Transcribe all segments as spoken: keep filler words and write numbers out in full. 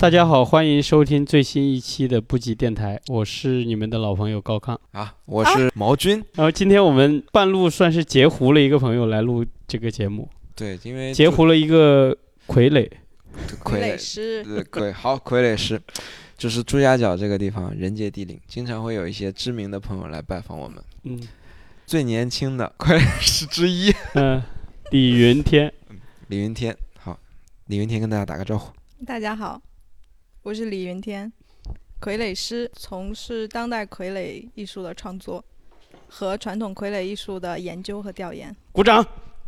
大家好，欢迎收听最新一期的不急电台，我是你们的老朋友高康啊，我是毛军。 然后今天我们半路算是截胡了一个朋友来录这个节目， 对，因为截胡了一个傀儡， 傀儡师，对，好，傀儡师，就是朱家角这个地方人杰地灵，经常会有一些知名的朋友来拜访我们。 嗯， 最年轻的傀儡师之一， 嗯、呃，李云天， 李云天，好，李云天跟大家打个招呼。 大家好，我是李云天，傀儡师，从事当代傀儡艺术的创作和传统傀儡艺术的研究和调研。 鼓掌。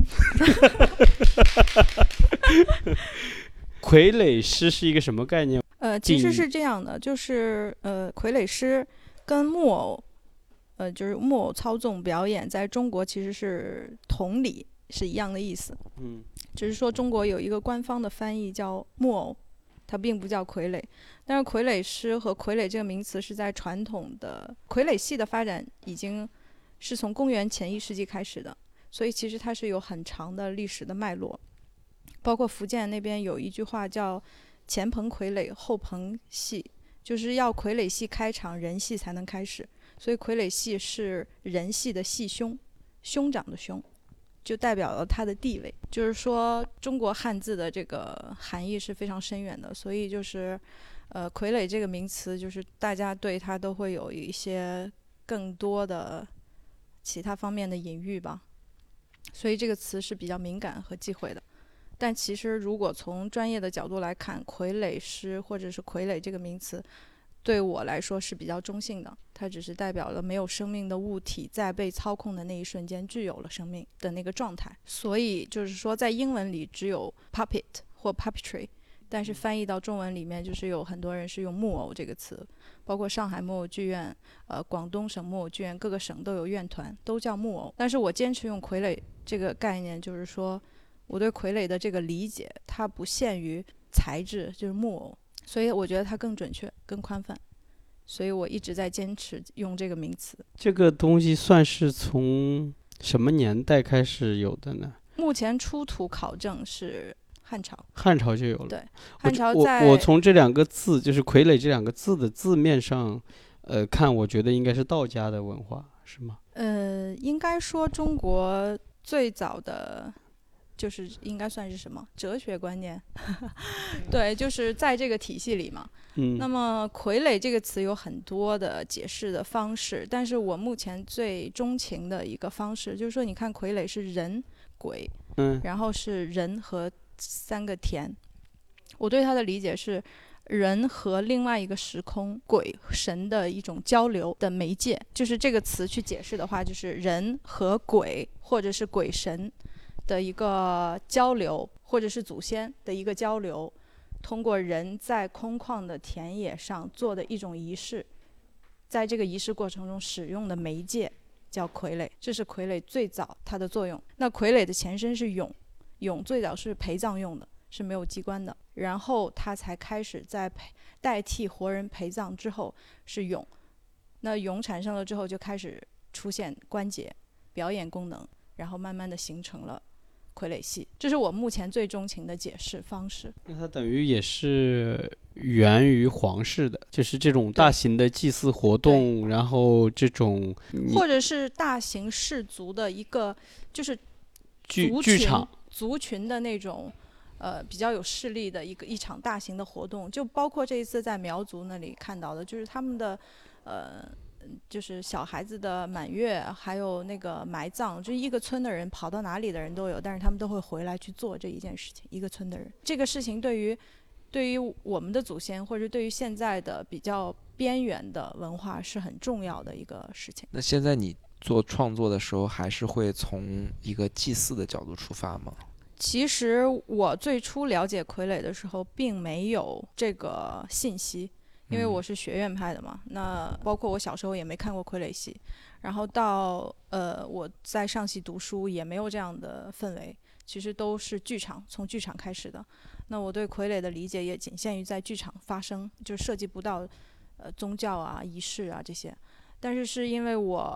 傀儡师是一个什么概念？ 呃，其实是这样的，就是呃，傀儡师跟木偶，呃，就是木偶操纵表演，在中国其实是同理是一样的意思。 嗯， 只是说中国有一个官方的翻译叫木偶。它并不叫傀儡，但是傀儡师和傀儡这个名词是在传统的傀儡戏的发展已经是从公元前一世纪开始的，所以其实它是有很长的历史的脉络。包括福建那边有一句话叫前棚傀儡后棚戏，就是要傀儡戏开场人戏才能开始，所以傀儡戏是人戏的戏胸，兄长的兄，就代表了它的地位。就是说中国汉字的这个含义是非常深远的，所以就是呃，傀儡这个名词就是大家对它都会有一些更多的其他方面的隐喻吧，所以这个词是比较敏感和忌讳的。但其实如果从专业的角度来看，傀儡师或者是傀儡这个名词对我来说是比较中性的，它只是代表了没有生命的物体在被操控的那一瞬间具有了生命的那个状态。所以就是说在英文里只有 puppet 或 puppetry， 但是翻译到中文里面就是有很多人是用木偶这个词，包括上海木偶剧院、呃广东省木偶剧院，各个省都有院团都叫木偶。但是我坚持用傀儡这个概念，就是说我对傀儡的这个理解它不限于材质，就是木偶，所以我觉得它更准确更宽泛，所以我一直在坚持用这个名词。 这个东西算是从什么年代开始有的呢？ 目前出土考证是汉朝， 汉朝就有了。 对，汉朝在我我从这两个字，就是傀儡这两个字的字面上，呃，看，我觉得应该是道家的文化，是吗？ 呃，应该说中国最早的就是应该算是什么哲学观念对，就是在这个体系里嘛。 嗯， 那么傀儡这个词有很多的解释的方式，但是我目前最钟情的一个方式就是说，你看傀儡是人鬼， 嗯， 然后是人和三个田，我对它的理解是人和另外一个时空鬼神的一种交流的媒介，就是这个词去解释的话，就是人和鬼或者是鬼神的一个交流，或者是祖先的一个交流，通过人在空旷的田野上做的一种仪式，在这个仪式过程中使用的媒介叫傀儡，这是傀儡最早它的作用。那傀儡的前身是俑，俑最早是陪葬用的，是没有机关的，然后它才开始在代替活人陪葬之后是俑，那俑产生了之后就开始出现关节表演功能，然后慢慢的形成了傀儡戏，这是我目前最钟情的解释方式。 那它等于也是源于皇室的，就是这种大型的祭祀活动，然后这种或者是大型氏族的一个就是族剧场族群的那种呃比较有势力的一个一场大型的活动，就包括这一次在苗族那里看到的，就是他们的呃就是小孩子的满月，还有那个埋葬，就一个村的人跑到哪里的人都有，但是他们都会回来去做这一件事情，一个村的人。这个事情对于对于我们的祖先，或者对于现在的比较边缘的文化是很重要的一个事情。 那现在你做创作的时候，还是会从一个祭祀的角度出发吗？ 其实我最初了解傀儡的时候，并没有这个信息。因为我是学院派的嘛，那包括我小时候也没看过傀儡戏，然后到呃我在上戏读书也没有这样的氛围，其实都是剧场，从剧场开始的。那我对傀儡的理解也仅限于在剧场发生，就涉及不到呃宗教啊仪式啊这些。但是是因为我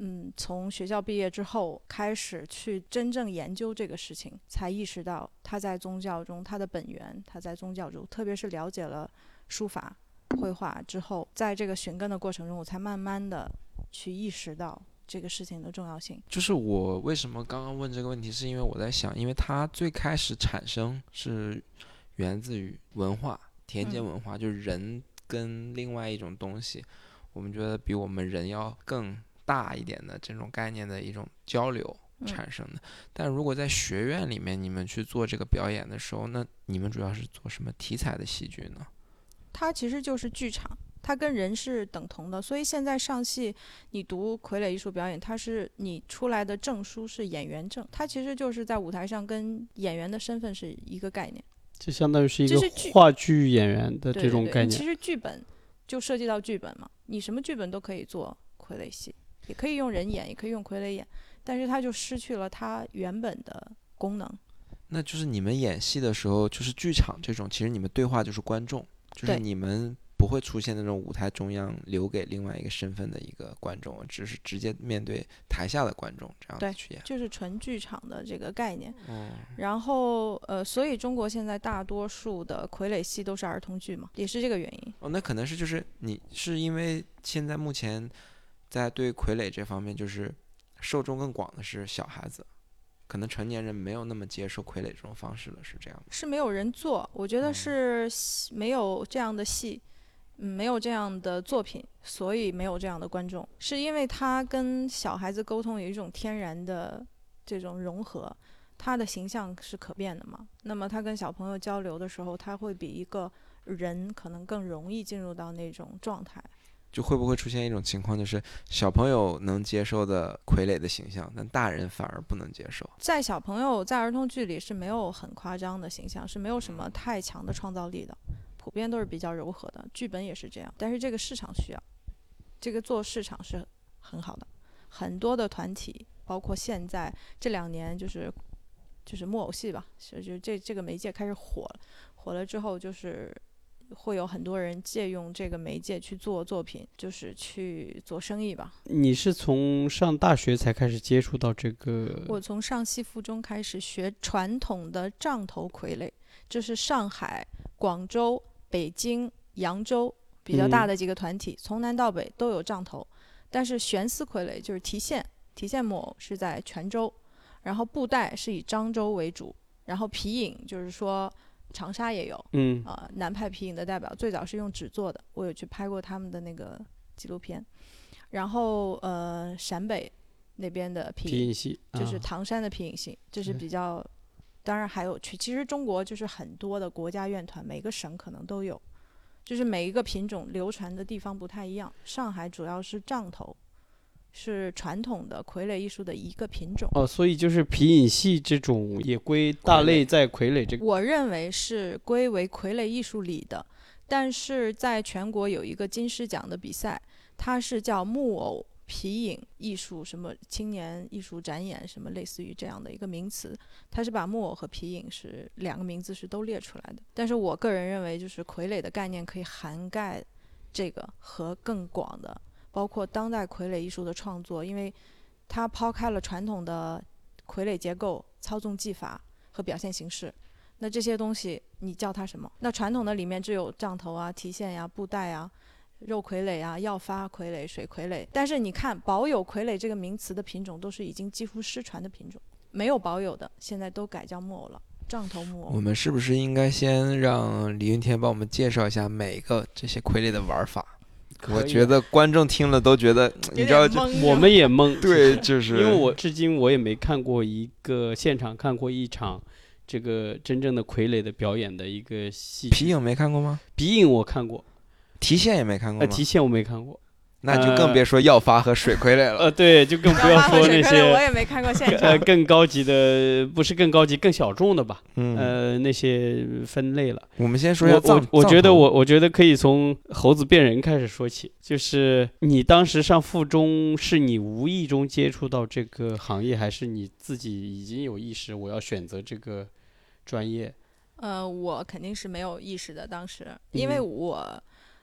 嗯，从学校毕业之后开始去真正研究这个事情，才意识到他在宗教中他的本源，他在宗教中，特别是了解了书法绘画之后，在这个寻根的过程中，我才慢慢的去意识到这个事情的重要性。 就是我为什么刚刚问这个问题，是因为我在想，因为它最开始产生是源自于文化，田间文化，嗯、就是人跟另外一种东西，我们觉得比我们人要更大一点的这种概念的一种交流产生的。嗯、但如果在学院里面你们去做这个表演的时候，那你们主要是做什么题材的戏剧呢？ 它其实就是剧场，它跟人是等同的，所以现在上戏你读傀儡艺术表演，它是你出来的证书是演员证，它其实就是在舞台上跟演员的身份是一个概念， 就相当于是一个话剧演员的这种概念。 对对对，其实剧本就涉及到剧本嘛，你什么剧本都可以做傀儡戏，也可以用人演，也可以用傀儡演，但是它就失去了它原本的功能。 那就是你们演戏的时候，就是剧场这种，其实你们对话就是观众，就是你们不会出现那种舞台中央留给另外一个身份的一个观众，只是直接面对台下的观众这样子去演。 对，就是纯剧场的这个概念。 哦、 然后呃，所以中国现在大多数的傀儡戏都是儿童剧嘛，也是这个原因。 哦，那可能是就是你是因为现在目前在对傀儡这方面，就是受众更广的是小孩子。可能成年人没有那么接受傀儡这种方式了，是这样吗？ 是没有人做，我觉得是没有这样的戏，嗯，没有这样的作品，所以没有这样的观众。是因为他跟小孩子沟通有一种天然的这种融合，他的形象是可变的嘛。那么他跟小朋友交流的时候，他会比一个人可能更容易进入到那种状态。 就会不会出现一种情况，就是小朋友能接受的傀儡的形象，但大人反而不能接受？ 在小朋友在儿童剧里是没有很夸张的形象，是没有什么太强的创造力的，普遍都是比较柔和的，剧本也是这样。但是这个市场需要，这个做市场是很好的，很多的团体，包括现在这两年就是就是木偶戏吧，就这这个媒介开始火了，火了之后就是会有很多人借用这个媒介去做作品，就是去做生意吧。 你是从上大学才开始接触到这个？ 我从上戏附中开始学传统的杖头傀儡，这是上海、广州、北京、扬州比较大的几个团体，嗯、从南到北都有杖头。但是悬丝傀儡就是提线，提线木偶是在泉州，然后布袋是以漳州为主，然后皮影就是说长沙也有， 嗯， 呃，南派皮影的代表最早是用纸做的，我有去拍过他们的那个纪录片。然后呃，陕北那边的皮影戏， 就是唐山的皮影戏，这、啊、是比较，当然还有去，其实中国就是很多的国家院团，每个省可能都有，就是每一个品种流传的地方不太一样。上海主要是杖头，是传统的傀儡艺术的一个品种。 哦，所以就是皮影戏这种也归大类在傀儡这个。 我认为是归为傀儡艺术里的，但是在全国有一个金狮奖的比赛，它是叫木偶皮影艺术什么青年艺术展演什么类似于这样的一个名词，它是把木偶和皮影是两个名字是都列出来的。但是我个人认为就是傀儡的概念可以涵盖这个和更广的，包括当代傀儡艺术的创作，因为它抛开了传统的傀儡结构、操纵技法和表现形式，那这些东西你叫它什么？那传统的里面只有杖头啊、提线呀、布袋啊、肉傀儡啊、药发傀儡、水傀儡。但是你看保有傀儡这个名词的品种都是已经几乎失传的品种，没有保有的现在都改叫木偶了，杖头木偶。 我们是不是应该先让李云天帮我们介绍一下每个这些傀儡的玩法？我觉得观众听了都觉得，你知道， 我们也懵。 对，就是因为我至今我也没看过一个现场看过一场这个真正的傀儡的表演的一个戏。 皮影没看过吗？ 皮影我看过， 提线也没看过吗？ 呃，提线我没看过。 那就更别说药发和水傀儡了。 呃，对，就更不要说那些我也没看过现场。 呃，更高级的，不是更高级，更小众的吧？ 嗯， 呃，那些分类了。 我们先说一下我我觉得我我觉得可以从猴子变人开始说起。就是你当时上附中，是你无意中接触到这个行业，还是你自己已经有意识我要选择这个专业？ 呃，我肯定是没有意识的，当时，因为我。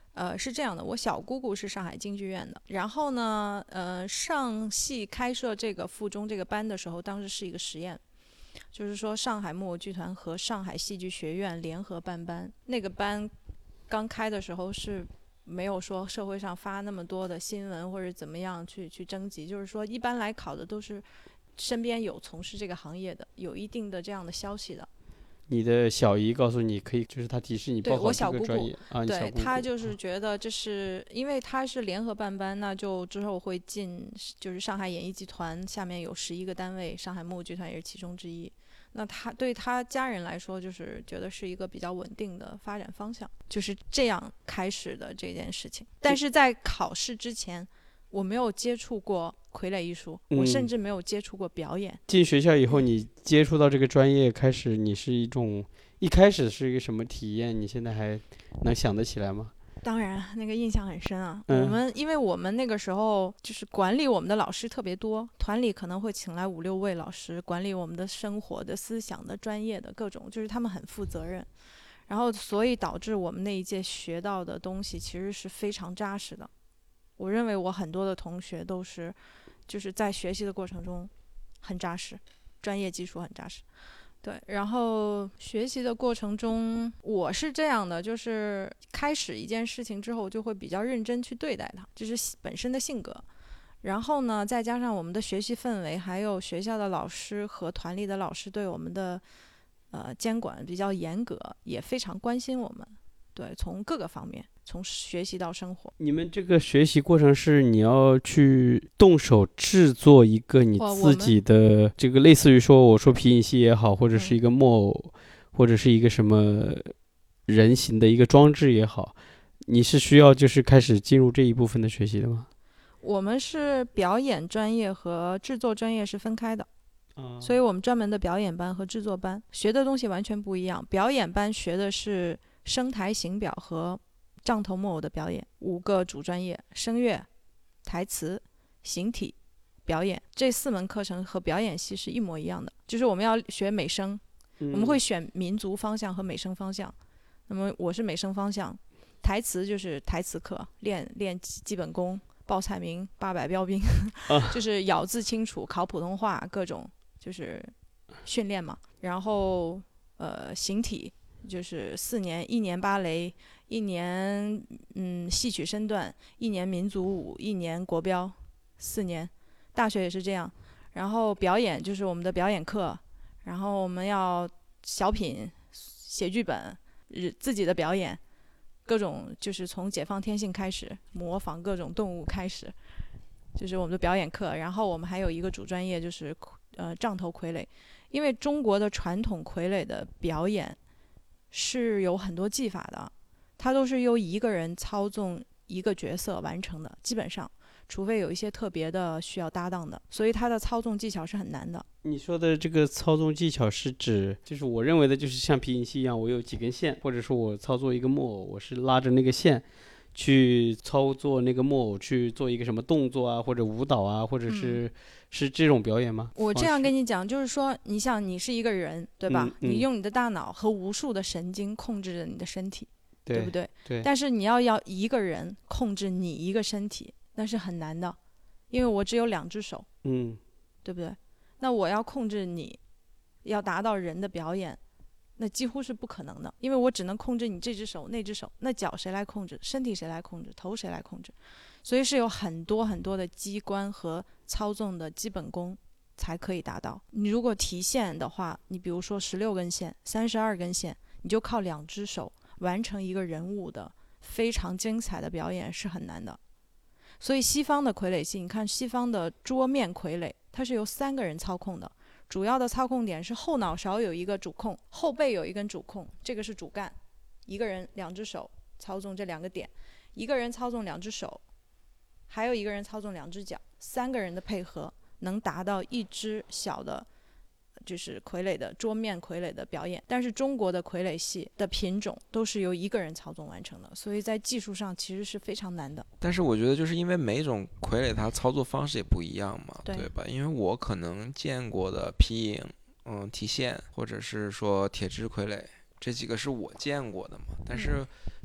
呃，是这样的，我小姑姑是上海京剧院的，然后呢，呃，上戏开设这个附中这个班的时候，当时是一个实验，就是说上海木偶剧团和上海戏剧学院联合办班。那个班刚开的时候是没有说社会上发那么多的新闻或者怎么样去去征集，就是说一般来考的都是身边有从事这个行业的，有一定的这样的消息的。 你的小姨告诉你可以，就是她提示你报考这个专业啊， 对， 你她就是觉得这是因为她是联合办班，那就之后会进，就是上海演艺集团下面有十一个单位，上海木偶剧团也是其中之一。那他对他家人来说，就是觉得是一个比较稳定的发展方向，就是这样开始的这件事情。但是在考试之前，我没有接触过傀儡艺术， 嗯、 我甚至没有接触过表演。 进学校以后，你接触到这个专业，开始你是一种一开始是一个什么体验？你现在还能想得起来吗？ 当然，那个印象很深啊。 嗯、 我们因为我们那个时候就是管理我们的老师特别多，团里可能会请来五六位老师管理我们的生活的、思想的、专业的各种，就是他们很负责任。然后所以导致我们那一届学到的东西其实是非常扎实的。我认为我很多的同学都是就是在学习的过程中很扎实，专业技术很扎实。对，然后学习的过程中，我是这样的，就是开始一件事情之后，就会比较认真去对待它，这是本身的性格。然后呢，再加上我们的学习氛围，还有学校的老师和团里的老师对我们的呃监管比较严格，也非常关心我们。对，从各个方面，从学习到生活。 你们这个学习过程是你要去动手制作一个你自己的这个，类似于说我说皮影戏也好，或者是一个木偶，嗯、或者是一个什么人形的一个装置也好，你是需要就是开始进入这一部分的学习的吗？ 我们是表演专业和制作专业是分开的。 嗯、 所以我们专门的表演班和制作班学的东西完全不一样。表演班学的是声台形表和杖头木偶的表演，五个主专业：声乐、台词、形体、表演。这四门课程和表演系是一模一样的，就是我们要学美声， 嗯、 我们会选民族方向和美声方向。那么我是美声方向，台词就是台词课，练练基本功，报菜名、八百标兵，啊、就是咬字清楚，考普通话，各种就是训练嘛。然后呃，形体。就是四年，一年芭蕾，一年嗯戏曲身段，一年民族舞，一年国标，四年。大学也是这样。然后表演就是我们的表演课，然后我们要小品、写剧本、自己的表演，各种就是从解放天性开始，模仿各种动物开始，就是我们的表演课。然后我们还有一个主专业就是呃杖头傀儡，因为中国的传统傀儡的表演是有很多技法的，它都是由一个人操纵一个角色完成的，基本上除非有一些特别的需要搭档的，所以它的操纵技巧是很难的。 你说的这个操纵技巧是指，就是我认为的就是像皮影戏一样，我有几根线，或者说我操作一个木偶，我是拉着那个线去操作那个木偶去做一个什么动作啊，或者舞蹈啊，或者是、嗯、是这种表演吗？ 我这样跟你讲，就是说你像你是一个人对吧、嗯嗯、你用你的大脑和无数的神经控制着你的身体， 对, 对不对？ 对。 但是你要要一个人控制你一个身体，那是很难的，因为我只有两只手， 嗯， 对不对？那我要控制你，要达到人的表演，那几乎是不可能的，因为我只能控制你这只手那只手，那脚谁来控制？身体谁来控制？头谁来控制？所以是有很多很多的机关和操纵的基本功才可以达到。你如果提线的话，你比如说十六根线、三十二根线，你就靠两只手完成一个人物的非常精彩的表演是很难的。所以西方的傀儡戏，你看西方的桌面傀儡，它是由三个人操控的，主要的操控点是后脑勺有一个主控，后背有一根主控，这个是主干，一个人两只手操纵这两个点，一个人操纵两只手，还有一个人操纵两只脚，三个人的配合能达到一只小的就是傀儡的桌面傀儡的表演。但是中国的傀儡戏的品种都是由一个人操纵完成的，所以在技术上其实是非常难的。 但是我觉得就是因为每一种傀儡它操作方式也不一样嘛， 对, 对吧？因为我可能见过的皮影、嗯提线或者是说铁质傀儡，这几个是我见过的嘛，但是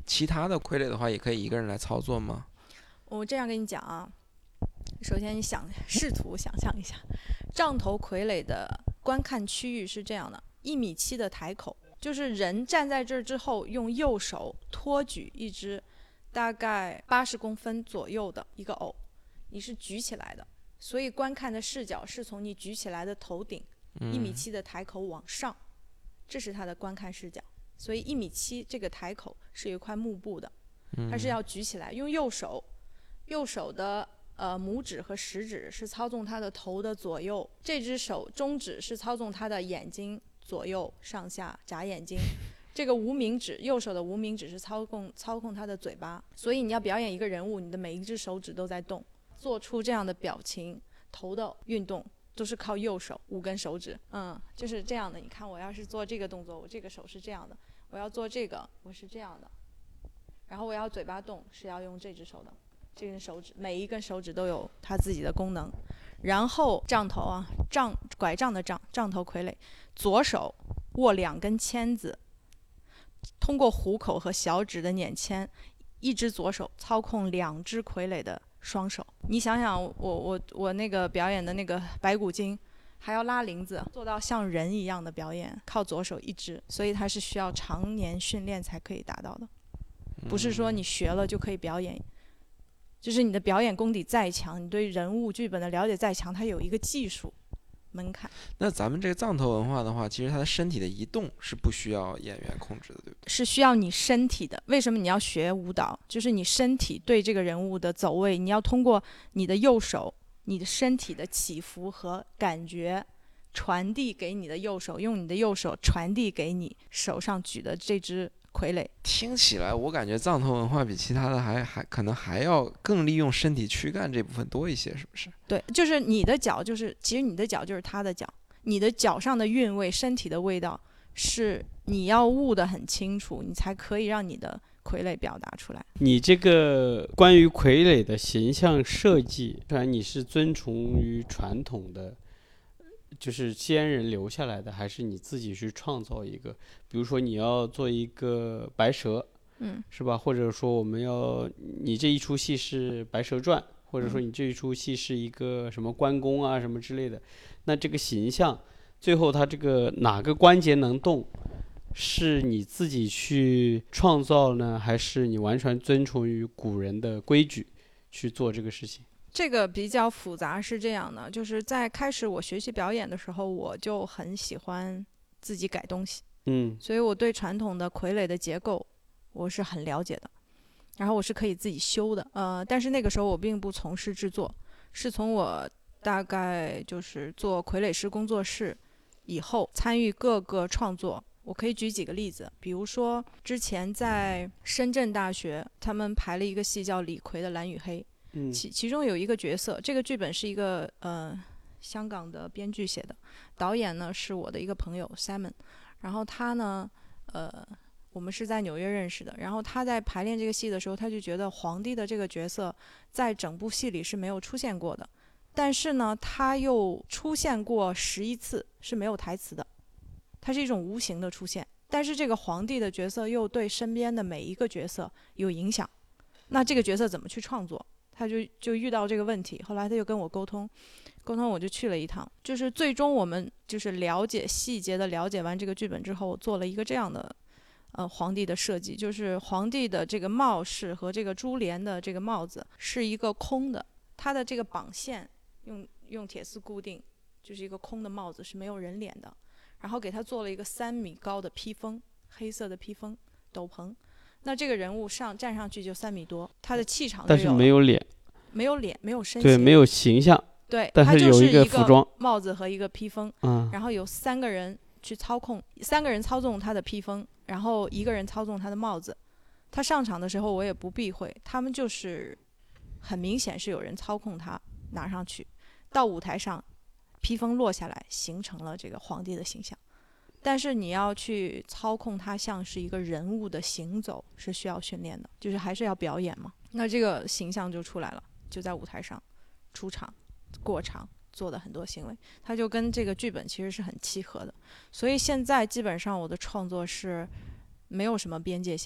其他的傀儡的话，也可以一个人来操作吗？ 我这样跟你讲啊，首先你想试图想象一下，杖头傀儡的观看区域是这样的：一米七的台口，就是人站在这儿之后，用右手托举一只大概八十公分左右的一个偶，你是举起来的，所以观看的视角是从你举起来的头顶一米七的台口往上，这是它的观看视角。所以一米七这个台口是有一块幕布的，它是要举起来，用右手，右手的呃拇指和食指是操纵它的头的左右，这只手中指是操纵它的眼睛左右上下眨眼睛，这个无名指，右手的无名指是操控操控它的嘴巴。所以你要表演一个人物，你的每一只手指都在动，做出这样的表情，头的运动都是靠右手五根手指，嗯，就是这样的。你看我要是做这个动作，我这个手是这样的，我要做这个我是这样的，然后我要嘴巴动是要用这只手的，这根手指每一根手指都有它自己的功能。然后杖头啊，杖拐杖的杖，杖头傀儡，左手握两根签子，通过虎口和小指的捻牵，一只左手操控两只傀儡的双手。你想想我我我那个表演的那个白骨精还要拉铃子，做到像人一样的表演，靠左手一只，所以它是需要常年训练才可以达到的，不是说你学了就可以表演。就是你的表演功底再强，你对人物剧本的了解再强，它有一个技术门槛。 那咱们这个藏头文化的话，其实它的身体的移动是不需要演员控制的，对不对？ 是需要你身体的。为什么你要学舞蹈？就是你身体对这个人物的走位，你要通过你的右手，你的身体的起伏和感觉传递给你的右手，用你的右手传递给你手上举的这只傀儡。 听起来我感觉藏头文化比其他的还还可能还要更利用身体躯干这部分多一些，是不是？ 对，就是你的脚，就是其实你的脚就是他的脚，你的脚上的韵味，身体的味道是你要悟得很清楚，你才可以让你的傀儡表达出来。 你这个关于傀儡的形象设计，当然你是遵从于传统的，就是先人留下来的，还是你自己去创造一个？比如说你要做一个白蛇， 嗯， 是吧？或者说我们要你这一出戏是《白蛇传》，或者说你这一出戏是一个什么关公啊什么之类的，那这个形象最后它这个哪个关节能动，是你自己去创造呢，还是你完全遵从于古人的规矩去做这个事情？ 这个比较复杂，是这样的，就是在开始我学习表演的时候，我就很喜欢自己改东西， 嗯， 所以我对传统的傀儡的结构我是很了解的，然后我是可以自己修的，呃，但是那个时候我并不从事制作，是从我大概就是做傀儡师工作室以后参与各个创作。我可以举几个例子，比如说之前在深圳大学他们排了一个戏叫李逵的蓝与黑， 嗯， 其其中有一个角色，这个剧本是一个呃香港的编剧写的，导演呢是我的一个朋友 Simon， 然后他呢呃我们是在纽约认识的，然后他在排练这个戏的时候，他就觉得皇帝的这个角色在整部戏里是没有出现过的，但是呢他又出现过十一次是没有台词的，它是一种无形的出现，但是这个皇帝的角色又对身边的每一个角色有影响，那这个角色怎么去创作？他就就遇到这个问题，后来他就跟我沟通，沟通我就去了一趟，就是最终我们就是了解细节的了解完这个剧本之后，做了一个这样的呃皇帝的设计，就是皇帝的这个帽饰和这个珠帘的这个帽子是一个空的，它的这个绑线用用铁丝固定，就是一个空的帽子是没有人脸的，然后给他做了一个三米高的披风，黑色的披风斗篷。那这个人物上站上去就三米多，他的气场但是没有脸， 没有脸，没有身形， 对，没有形象， 对， 但是有一个服装、 帽子和一个披风， 嗯， 然后有三个人去操控，三个人操纵他的披风，然后一个人操纵他的帽子。他上场的时候我也不避讳，他们就是很明显是有人操控他拿上去，到舞台上，披风落下来，形成了这个皇帝的形象。但是你要去操控它像是一个人物的行走是需要训练的，就是还是要表演嘛。那这个形象就出来了，就在舞台上出场过场做的很多行为，它就跟这个剧本其实是很契合的。所以现在基本上我的创作是没有什么边界线的，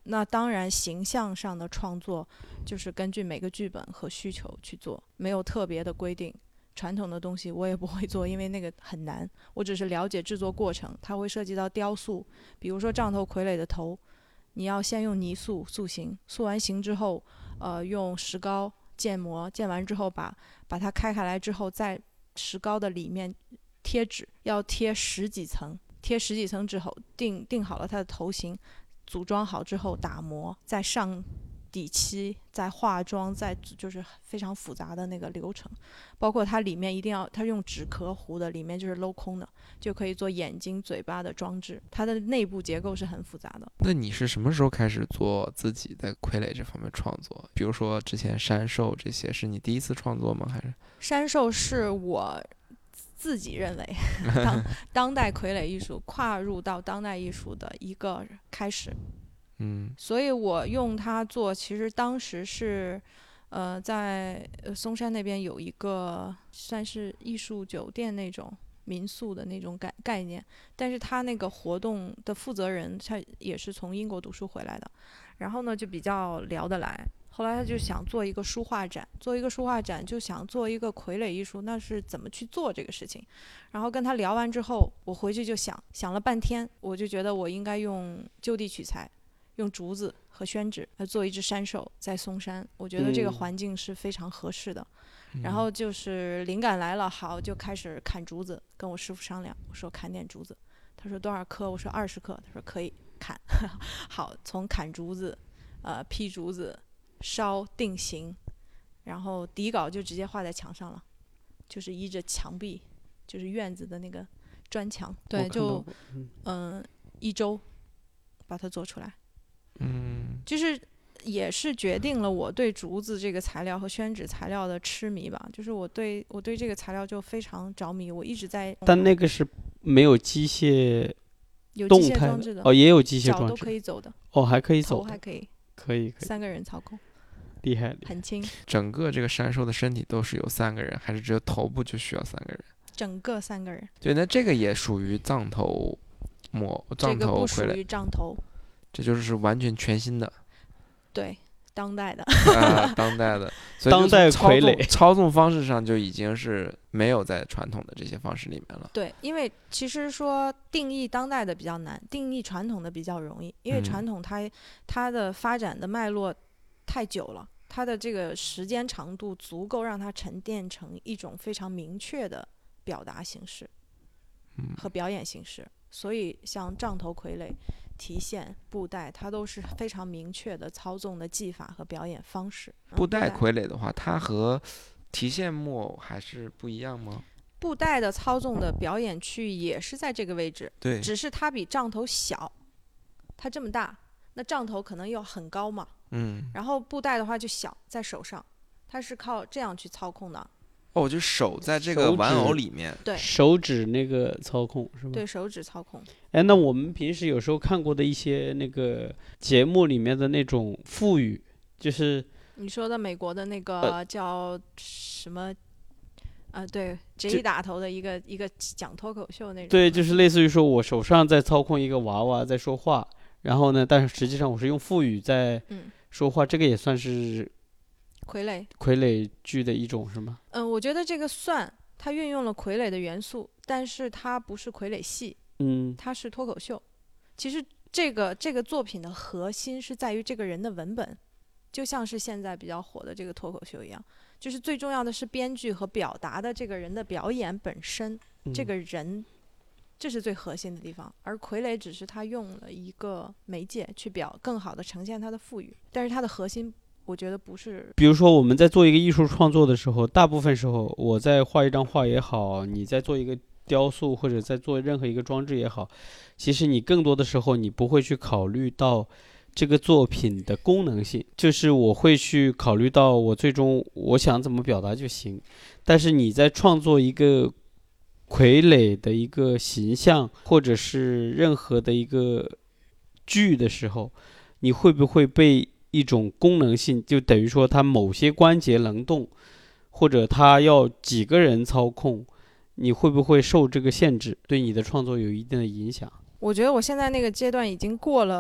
那当然形象上的创作就是根据每个剧本和需求去做，没有特别的规定。传统的东西我也不会做，因为那个很难，我只是了解制作过程，它会涉及到雕塑，比如说杖头傀儡的头，你要先用泥塑塑形，塑完形之后呃，用石膏建模，建完之后把把它开开来之后，在石膏的里面贴纸，要贴十几层，贴十几层之后定定好了它的头型，组装好之后打磨，再上底漆，再化妆，再就是非常复杂的那个流程，包括它里面一定要它用纸壳糊的，里面就是镂空的，就可以做眼睛嘴巴的装置，它的内部结构是很复杂的。 那你是什么时候开始做自己在傀儡这方面创作？比如说之前山兽这些是你第一次创作吗？还是山兽是我自己认为当当代傀儡艺术跨入到当代艺术的一个开始。 嗯， 所以我用它做，其实当时是，呃，在松山那边有一个算是艺术酒店那种民宿的那种概概念，但是他那个活动的负责人他也是从英国读书回来的，然后呢就比较聊得来。后来他就想做一个书画展，做一个书画展就想做一个傀儡艺术，那是怎么去做这个事情？然后跟他聊完之后，我回去就想想了半天，我就觉得我应该用就地取材。用竹子和宣纸来做一只山兽在松山，我觉得这个环境是非常合适的。嗯、然后就是灵感来了，好就开始砍竹子，跟我师傅商量，我说砍点竹子，他说多少克？我说二十克，他说可以砍。好，从砍竹子，呃劈竹子，烧定型，然后底稿就直接画在墙上了，就是依着墙壁，就是院子的那个砖墙，对，就嗯、呃、一周把它做出来。 嗯， 就是也是决定了我对竹子这个材料和宣纸材料的痴迷吧。就是我对我对这个材料就非常着迷，我一直在。 但那个是没有机械动态装置的哦，也有机械装置， 脚都可以走的哦，还可以走， 头还可以， 可以，可以三个人操控， 厉害， 很轻。 整个这个山兽的身体都是有三个人，还是只有头部就需要三个人？ 整个三个人。 对，那这个也属于藏头模，藏头傀儡。 这个不属于藏头。 这就是完全全新的， 对，当代的啊，当代的，所以当代傀儡操纵方式上就已经是没有在传统的这些方式里面了。 对，因为其实说定义当代的比较难，定义传统的比较容易，因为传统它、嗯、它的发展的脉络太久了，它的这个时间长度足够让它沉淀成一种非常明确的表达形式和表演形式，所以像杖头傀儡、提线、布袋，它都是非常明确的操纵的技法和表演方式。 布袋傀儡的话，它和提线木偶还是不一样吗？ 布袋的操纵的表演区域也是在这个位置， 对， 只是它比杖头小，它这么大，那杖头可能要很高嘛， 嗯， 然后布袋的话就小，在手上，它是靠这样去操控的。 哦，就手在这个玩偶里面， 对， 手指那个操控是吗？ 对，手指操控。 哎，那我们平时有时候看过的一些那个节目里面的那种腹语，就是你说的美国的那个叫什么？啊、呃，对，杰伊打头的一个一个讲脱口秀那种。 对，就是类似于说我手上在操控一个娃娃在说话，然后呢，但是实际上我是用腹语在说话，嗯、这个也算是。 傀儡傀儡剧的一种是吗？ 嗯、呃，我觉得这个算，它运用了傀儡的元素，但是它不是傀儡戏， 嗯， 它是脱口秀。其实这个这个作品的核心是在于这个人的文本，就像是现在比较火的这个脱口秀一样，就是最重要的是编剧和表达的这个人的表演本身， 嗯、 这个人，这是最核心的地方。而傀儡只是他用了一个媒介去表更好的呈现他的腹语，但是它的核心。我觉得不是， 比如说我们在做一个艺术创作的时候，大部分时候我在画一张画也好，你在做一个雕塑或者在做任何一个装置也好，其实你更多的时候你不会去考虑到这个作品的功能性，就是我会去考虑到我最终我想怎么表达就行。但是你在创作一个傀儡的一个形象或者是任何的一个剧的时候，你会不会被一种功能性，就等于说它某些关节能动，或者它要几个人操控，你会不会受这个限制，对你的创作有一定的影响？ 我觉得我现在那个阶段已经过了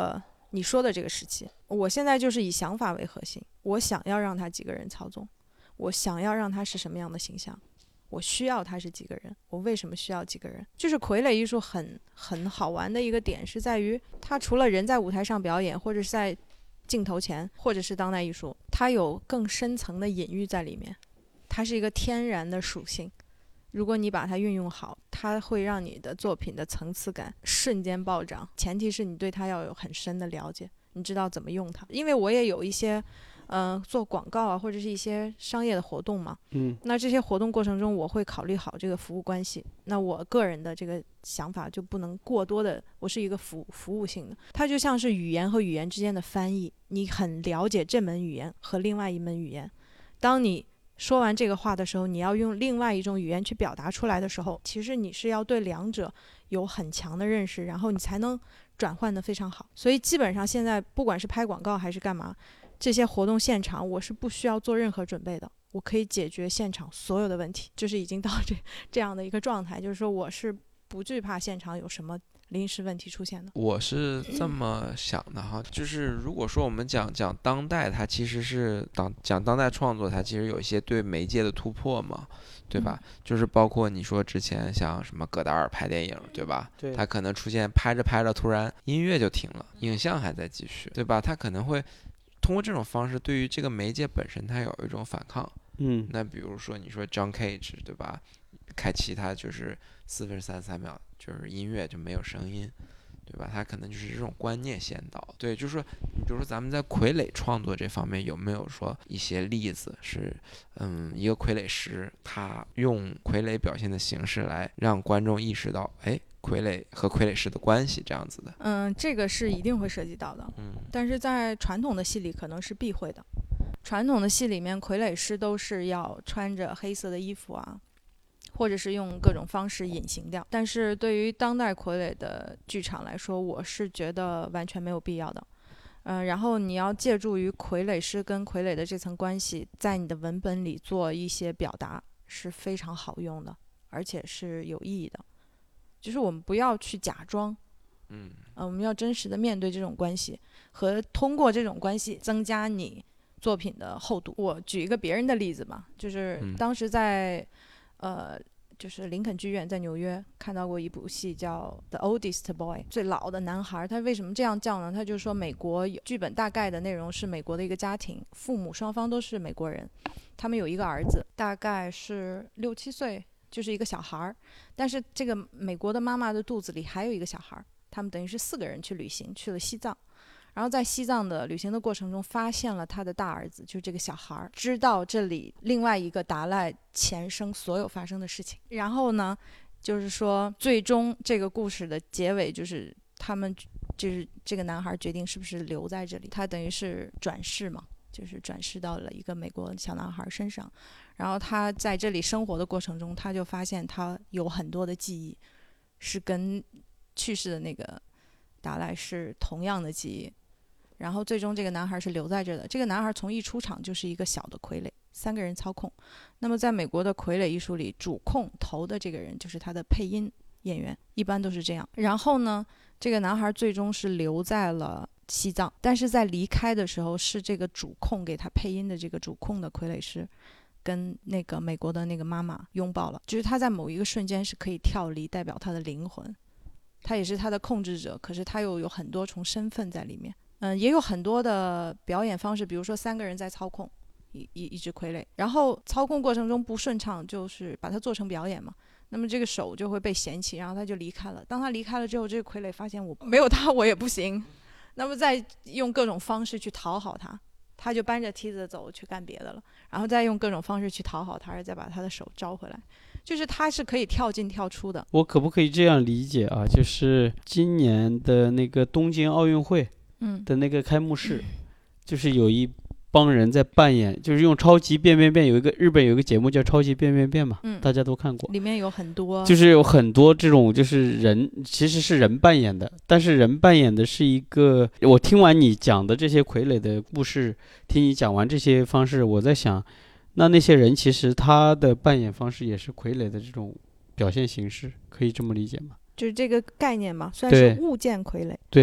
你说的这个时期，我现在就是以想法为核心，我想要让他几个人操纵，我想要让他是什么样的形象，我需要他是几个人，我为什么需要几个人。就是傀儡艺术很很好玩的一个点是在于，它除了人在舞台上表演，或者是在镜头前，或者是当代艺术，它有更深层的隐喻在里面，它是一个天然的属性。如果你把它运用好，它会让你的作品的层次感瞬间暴涨，前提是你对它要有很深的了解，你知道怎么用它。因为我也有一些呃做广告啊，或者是一些商业的活动嘛， 嗯， 那这些活动过程中我会考虑好这个服务关系，那我个人的这个想法就不能过多的，我是一个服服务性的，它就像是语言和语言之间的翻译，你很了解这门语言和另外一门语言，当你说完这个话的时候，你要用另外一种语言去表达出来的时候，其实你是要对两者有很强的认识，然后你才能转换得非常好。所以基本上现在不管是拍广告还是干嘛，这些活动现场我是不需要做任何准备的，我可以解决现场所有的问题，就是已经到这这样的一个状态，就是说我是不惧怕现场有什么临时问题出现的。 我是这么想的哈，就是如果说我们讲讲当代，它其实是当讲当代创作，它其实有一些对媒介的突破嘛，对吧？嗯、就是包括你说之前像什么戈达尔拍电影，对吧？ 对， 它可能出现拍着拍着突然音乐就停了，影像还在继续，对吧？它可能会通过这种方式对于这个媒介本身它有一种反抗。 嗯， 那比如说你说 John Cage， 对吧？开启它就是四分三十三秒，就是音乐就没有声音，对吧？它可能就是这种观念先导。对，就是说，你比如说咱们在傀儡创作这方面有没有说一些例子是，嗯，一个傀儡师他用傀儡表现的形式来让观众意识到，哎，傀儡和傀儡师的关系这样子的？ 嗯，这个是一定会涉及到的。 嗯， 但是在传统的戏里可能是避讳的。传统的戏里面，傀儡师都是要穿着黑色的衣服啊，或者是用各种方式隐形掉。但是对于当代傀儡的剧场来说，我是觉得完全没有必要的。嗯、呃，然后你要借助于傀儡师跟傀儡的这层关系，在你的文本里做一些表达是非常好用的，而且是有意义的。就是我们不要去假装， 嗯， 呃，我们要真实的面对这种关系，和通过这种关系增加你作品的厚度。我举一个别人的例子吧，就是当时在、嗯、呃，就是林肯剧院在纽约看到过一部戏叫《The Oldest Boy》，最老的男孩。他为什么这样叫呢？他就说美国剧本大概的内容是美国的一个家庭，父母双方都是美国人，他们有一个儿子，大概是六七岁，就是一个小孩儿。但是这个美国的妈妈的肚子里还有一个小孩儿，他们等于是四个人去旅行，去了西藏。然后在西藏的旅行的过程中，发现了他的大儿子，就是这个小孩，知道这里另外一个达赖前生所有发生的事情。然后呢，就是说最终这个故事的结尾就是他们就是这个男孩决定是不是留在这里，他等于是转世嘛，就是转世到了一个美国小男孩身上。然后他在这里生活的过程中，他就发现他有很多的记忆是跟去世的那个达赖是同样的记忆。然后最终这个男孩是留在这的。这个男孩从一出场就是一个小的傀儡，三个人操控。那么在美国的傀儡艺术里，主控头的这个人就是他的配音演员，一般都是这样。然后呢，这个男孩最终是留在了西藏，但是在离开的时候，是这个主控给他配音的这个主控的傀儡师跟那个美国的那个妈妈拥抱了，就是他在某一个瞬间是可以跳离，代表他的灵魂，他也是他的控制者，可是他又有很多重身份在里面。嗯，也有很多的表演方式，比如说三个人在操控一一一只傀儡，然后操控过程中不顺畅，就是把它做成表演嘛。那么这个手就会被嫌弃，然后他就离开了。当他离开了之后，这个傀儡发现我没有他我也不行，那么再用各种方式去讨好他，他就搬着梯子走去干别的了，然后再用各种方式去讨好他，再把他的手招回来。就是他是可以跳进跳出的。 我可不可以这样理解啊？就是今年的那个东京奥运会的那个开幕式、嗯、就是有一帮人在扮演，就是用超级变变变，有一个日本有一个节目叫超级变变变嘛、嗯、大家都看过， 里面有很多就是有很多这种就是人其实是人扮演的，但是人扮演的是一个，我听完你讲的这些傀儡的故事，听你讲完这些方式，我在想那那些人其实他的扮演方式也是傀儡的这种表现形式，可以这么理解吗？ 就是这个概念嘛，算是物件傀儡。 对，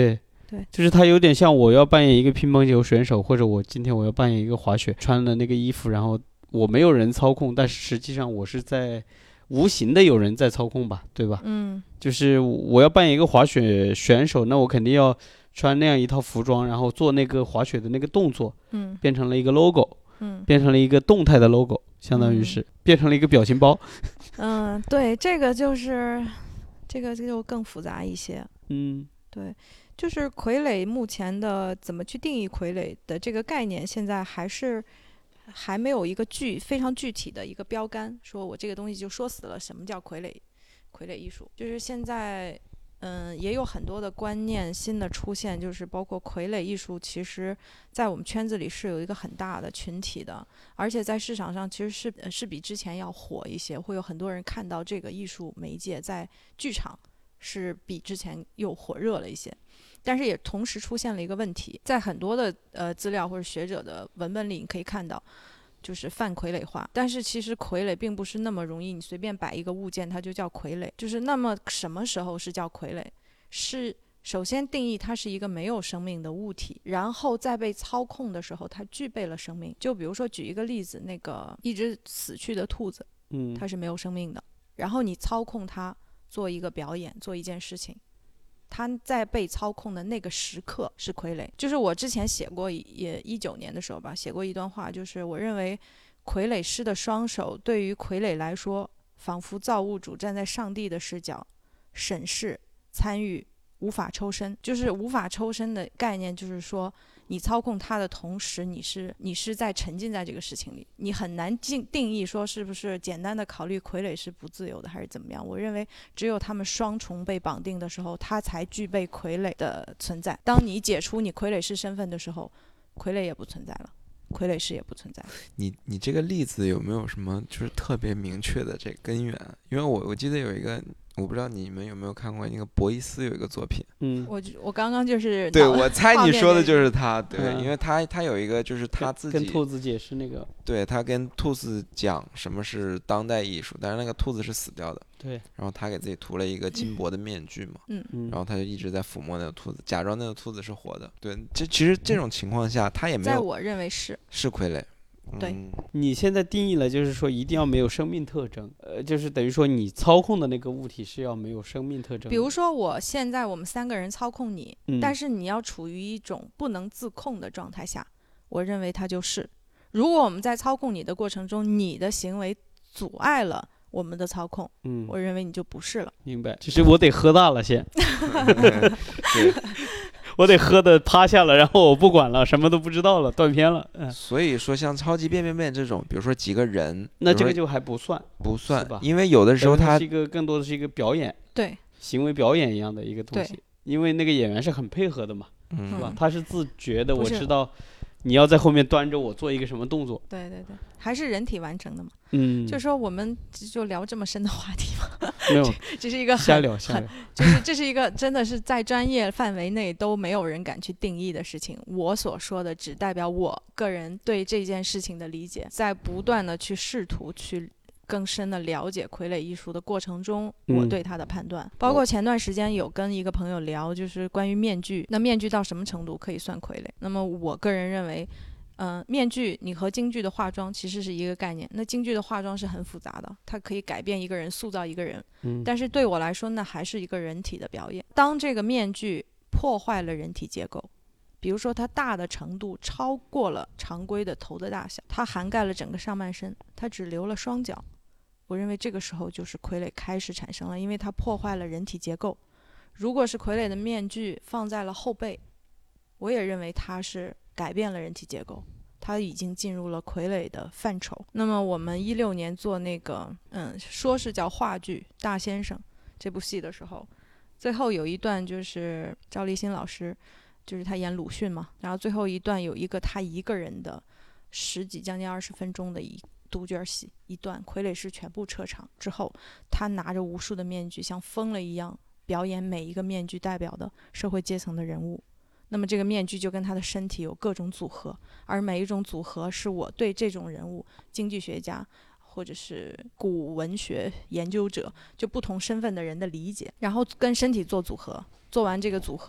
对， 就是他有点像我要扮演一个乒乓球选手，或者我今天我要扮演一个滑雪，穿的那个衣服，然后我没有人操控，但是实际上我是在无形的有人在操控吧，对吧？ 嗯， 就是我要扮演一个滑雪选手，那我肯定要穿那样一套服装，然后做那个滑雪的那个动作， 嗯， 变成了一个 logo， 嗯， 变成了一个动态的 logo， 相当于是、嗯、变成了一个表情包。 嗯，对，这个就是这个就更复杂一些。 嗯， 对，就是傀儡目前的怎么去定义傀儡的这个概念，现在还是还没有一个具非常具体的一个标杆，说我这个东西就说死了什么叫傀儡傀儡艺术。就是现在嗯，也有很多的观念新的出现，就是包括傀儡艺术，其实在我们圈子里是有一个很大的群体的，而且在市场上其实是是比之前要火一些，会有很多人看到这个艺术媒介在剧场是比之前又火热了一些。但是也同时出现了一个问题，在很多的呃资料或者学者的文本里，你可以看到，就是泛傀儡化。但是其实傀儡并不是那么容易，你随便摆一个物件，它就叫傀儡。就是那么什么时候是叫傀儡？是首先定义它是一个没有生命的物体，然后在被操控的时候，它具备了生命。就比如说举一个例子，那个一只死去的兔子， 嗯， 它是没有生命的，然后你操控它做一个表演，做一件事情。他在被操控的那个时刻是傀儡。就是我之前写过，也一九年的时候吧，写过一段话，就是我认为傀儡师的双手对于傀儡来说，仿佛造物主站在上帝的视角审视、参与，无法抽身。就是无法抽身的概念，就是说你操控它的同时，你是你是在沉浸在这个事情里，你很难定定义说是不是简单的考虑傀儡是不自由的还是怎么样。我认为只有他们双重被绑定的时候，它才具备傀儡的存在。当你解除你傀儡师身份的时候，傀儡也不存在了，傀儡师也不存在了。 你你这个例子有没有什么就是特别明确的这个根源？因为我我记得有一个，我不知道你们有没有看过那个博伊斯有一个作品， 嗯， 我我刚刚就是对，我猜你说的就是他，对， 嗯、 因为他他有一个就是他自己跟兔子解释那个， 对，他跟兔子讲什么是当代艺术，但是那个兔子是死掉的， 对， 然后他给自己涂了一个金箔的面具嘛， 嗯， 然后他就一直在抚摸那个兔子，假装那个兔子是活的，对，这其实这种情况下他也没有， 在我认为是是傀儡。 对、 嗯， 你现在定义了，就是说一定要没有生命特征，呃，就是等于说你操控的那个物体是要没有生命特征。 比如说，我现在我们三个人操控你， 嗯、 但是你要处于一种不能自控的状态下，我认为它就是。如果我们在操控你的过程中，你的行为阻碍了我们的操控， 嗯， 我认为你就不是了。 明白，只是我得喝大了先。 对。 我得喝的趴下了，然后我不管了，什么都不知道了，断片了。嗯， 所以说像超级变变变这种，比如说几个人， 那这个就还不算， 不算吧？ 因为有的时候它是一个更多的是一个表演， 对， 行为表演一样的一个东西。因为那个演员是很配合的嘛， 嗯、 是吧？他是自觉的，我知道你要在后面端着我做一个什么动作。 对对对，还是人体完成的嘛。 嗯， 就说我们就聊这么深的话题嘛， 没有， 这是一个很瞎聊瞎聊， 就是这是一个真的是在专业范围内都没有人敢去定义的事情。我所说的只代表我个人对这件事情的理解，在不断的去试图去更深的了解傀儡艺术的过程中，我对它的判断、嗯、包括前段时间有跟一个朋友聊，就是关于面具，那面具到什么程度可以算傀儡。那么我个人认为嗯、呃，面具你和京剧的化妆其实是一个概念。那京剧的化妆是很复杂的，它可以改变一个人，塑造一个人、 嗯、 但是对我来说那还是一个人体的表演。当这个面具破坏了人体结构，比如说它大的程度超过了常规的头的大小，它涵盖了整个上半身，它只留了双脚，我认为这个时候就是傀儡开始产生了，因为它破坏了人体结构。如果是傀儡的面具放在了后背，我也认为它是改变了人体结构，它已经进入了傀儡的范畴。那么我们一六年做那个嗯，说是叫话剧《大先生》这部戏的时候，最后有一段就是赵立新老师，就是他演鲁迅嘛，然后最后一段有一个他一个人的十几将近二十分钟的一独角戏一段，傀儡师全部撤场之后，他拿着无数的面具像疯了一样表演每一个面具代表的社会阶层的人物。那么这个面具就跟他的身体有各种组合，而每一种组合是我对这种人物，经济学家或者是古文学研究者，就不同身份的人的理解，然后跟身体做组合，做完这个组合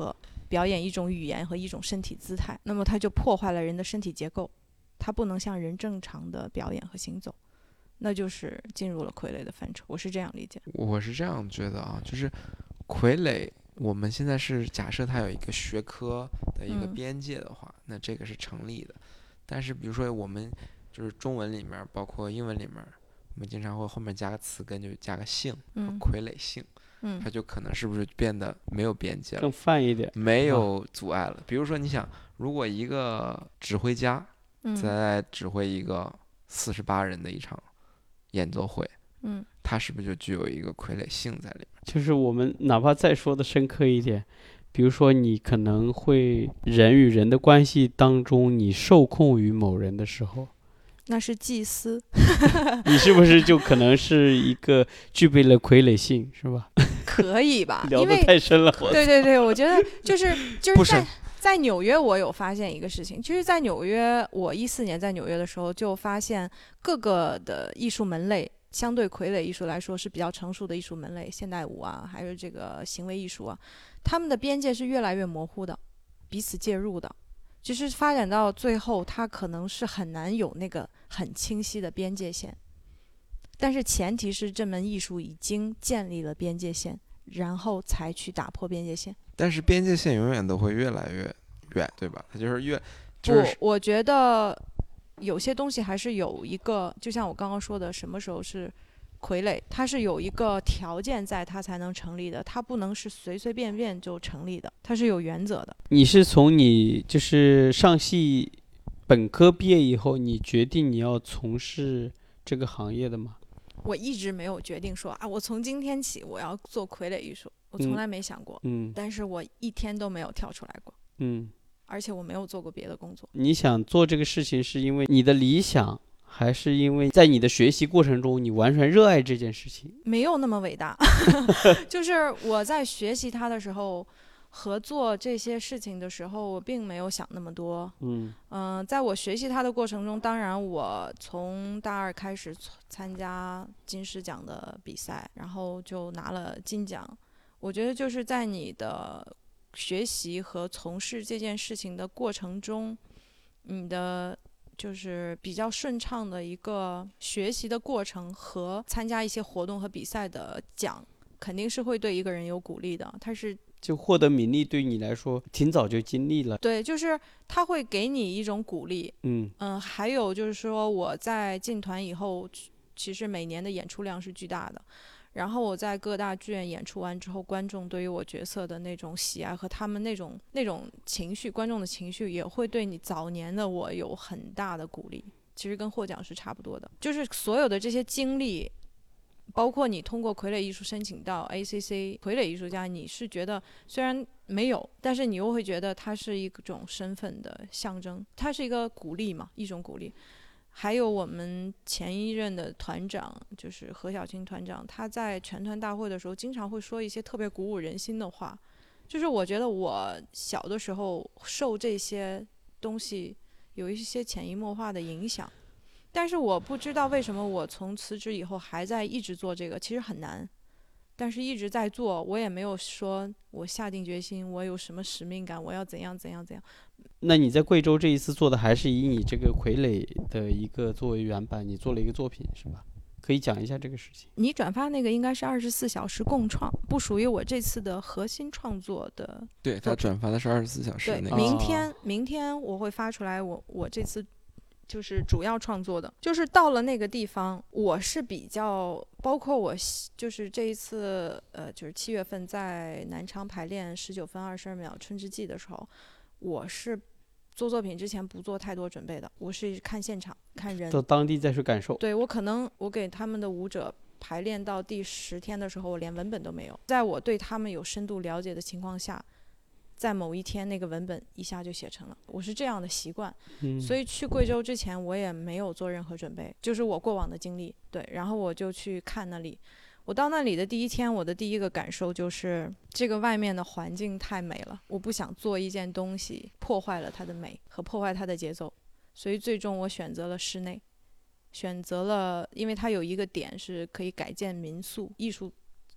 表演一种语言和一种身体姿态，那么它就破坏了人的身体结构，它不能像人正常的表演和行走，那就是进入了傀儡的范畴。我是这样理解。 我是这样觉得啊，就是傀儡，我们现在是假设它有一个学科的一个嗯边界的话，那这个是成立的。但是比如说我们就是中文里面，包括英文里面，我们经常会后面加个词根，就加个性， 嗯傀儡性， 嗯它就可能是不是变得没有边界了， 更泛一点。 没有阻碍了。比如说你想，如果一个指挥家嗯在指挥一个四十八人的一场演奏会， 嗯他是不是就具有一个傀儡性在里面？ 就是我们哪怕再说的深刻一点，比如说你可能会人与人的关系当中，你受控于某人的时候， 那是祭司。 你是不是就可能是一个具备了傀儡性，是吧？ 可以吧？ 聊得因为太深了，我对对对，我觉得就是就是在不深在纽约，我有发现一个事情，就是在纽约，我一四年在纽约的时候就发现各个的艺术门类，相对傀儡艺术来说是比较成熟的艺术门类，现代舞啊，还有这个行为艺术啊，他们的边界是越来越模糊的，彼此介入的。就是发展到最后，它可能是很难有那个很清晰的边界线，但是前提是这门艺术已经建立了边界线，然后才去打破边界线。 但是边界线永远都会越来越远，对吧？它就是越，就不是， 我觉得有些东西还是有一个，就像我刚刚说的，什么时候是傀儡，它是有一个条件在，它才能成立的，它不能是随随便便就成立的，它是有原则的。 你是从你就是上戏本科毕业以后，你决定你要从事这个行业的吗？ 我一直没有决定说啊，我从今天起我要做傀儡艺术，我从嗯来没想过， 嗯但是我一天都没有跳出来过， 嗯， 而且我没有做过别的工作。 你想做这个事情是因为你的理想，还是因为在你的学习过程中你完全热爱这件事情？ 没有那么伟大，就是我在学习它的时候，和做这些事情的时候，我并没有想那么多。 嗯嗯、呃，在我学习它的过程中，当然我从大二开始参加金狮奖的比赛，然后就拿了金奖。我觉得就是在你的学习和从事这件事情的过程中，你的就是比较顺畅的一个学习的过程和参加一些活动和比赛的奖，肯定是会对一个人有鼓励的。它是就获得名利对于你来说挺早就经历了。 对，就是它会给你一种鼓励。 嗯嗯，还有就是说我在进团以后，其实每年的演出量是巨大的。然后我在各大剧院演出完之后，观众对于我角色的那种喜爱和他们那种那种情绪，观众的情绪也会对你早年的我有很大的鼓励。其实跟获奖是差不多的，就是所有的这些经历，包括你通过傀儡艺术申请到 A C C 傀儡艺术家，你是觉得虽然没有，但是你又会觉得它是一种身份的象征，它是一个鼓励嘛，一种鼓励。还有我们前一任的团长，就是何小青团长，他在全团大会的时候经常会说一些特别鼓舞人心的话。就是我觉得我小的时候受这些东西有一些潜移默化的影响，但是我不知道为什么我从辞职以后还在一直做这个，其实很难，但是一直在做，我也没有说我下定决心，我有什么使命感，我要怎样怎样怎样。 那你在贵州这一次做的还是以你这个傀儡的一个作为原版，你做了一个作品是吧？可以讲一下这个事情。 你转发那个应该是二十四小时共创，不属于我这次的核心创作的。 对，他转发的是二十四小时对， 那个。 明天明天我会发出来我我这次就是主要创作的，就是到了那个地方，我是比较包括我就是这一次呃就是七月份在南昌排练十九分二十二秒春之祭的时候，我是做作品之前不做太多准备的，我是看现场看人， 到当地再去感受。 对，我可能我给他们的舞者排练到第十天的时候，我连文本都没有，在我对他们有深度了解的情况下，在某一天那个文本一下就写成了，我是这样的习惯。 嗯， 所以去贵州之前我也没有做任何准备，就是我过往的经历。对，然后我就去看那里。我到那里的第一天，我的第一个感受就是这个外面的环境太美了，我不想做一件东西破坏了它的美和破坏它的节奏，所以最终我选择了室内，选择了，因为它有一个点是可以改建民宿艺术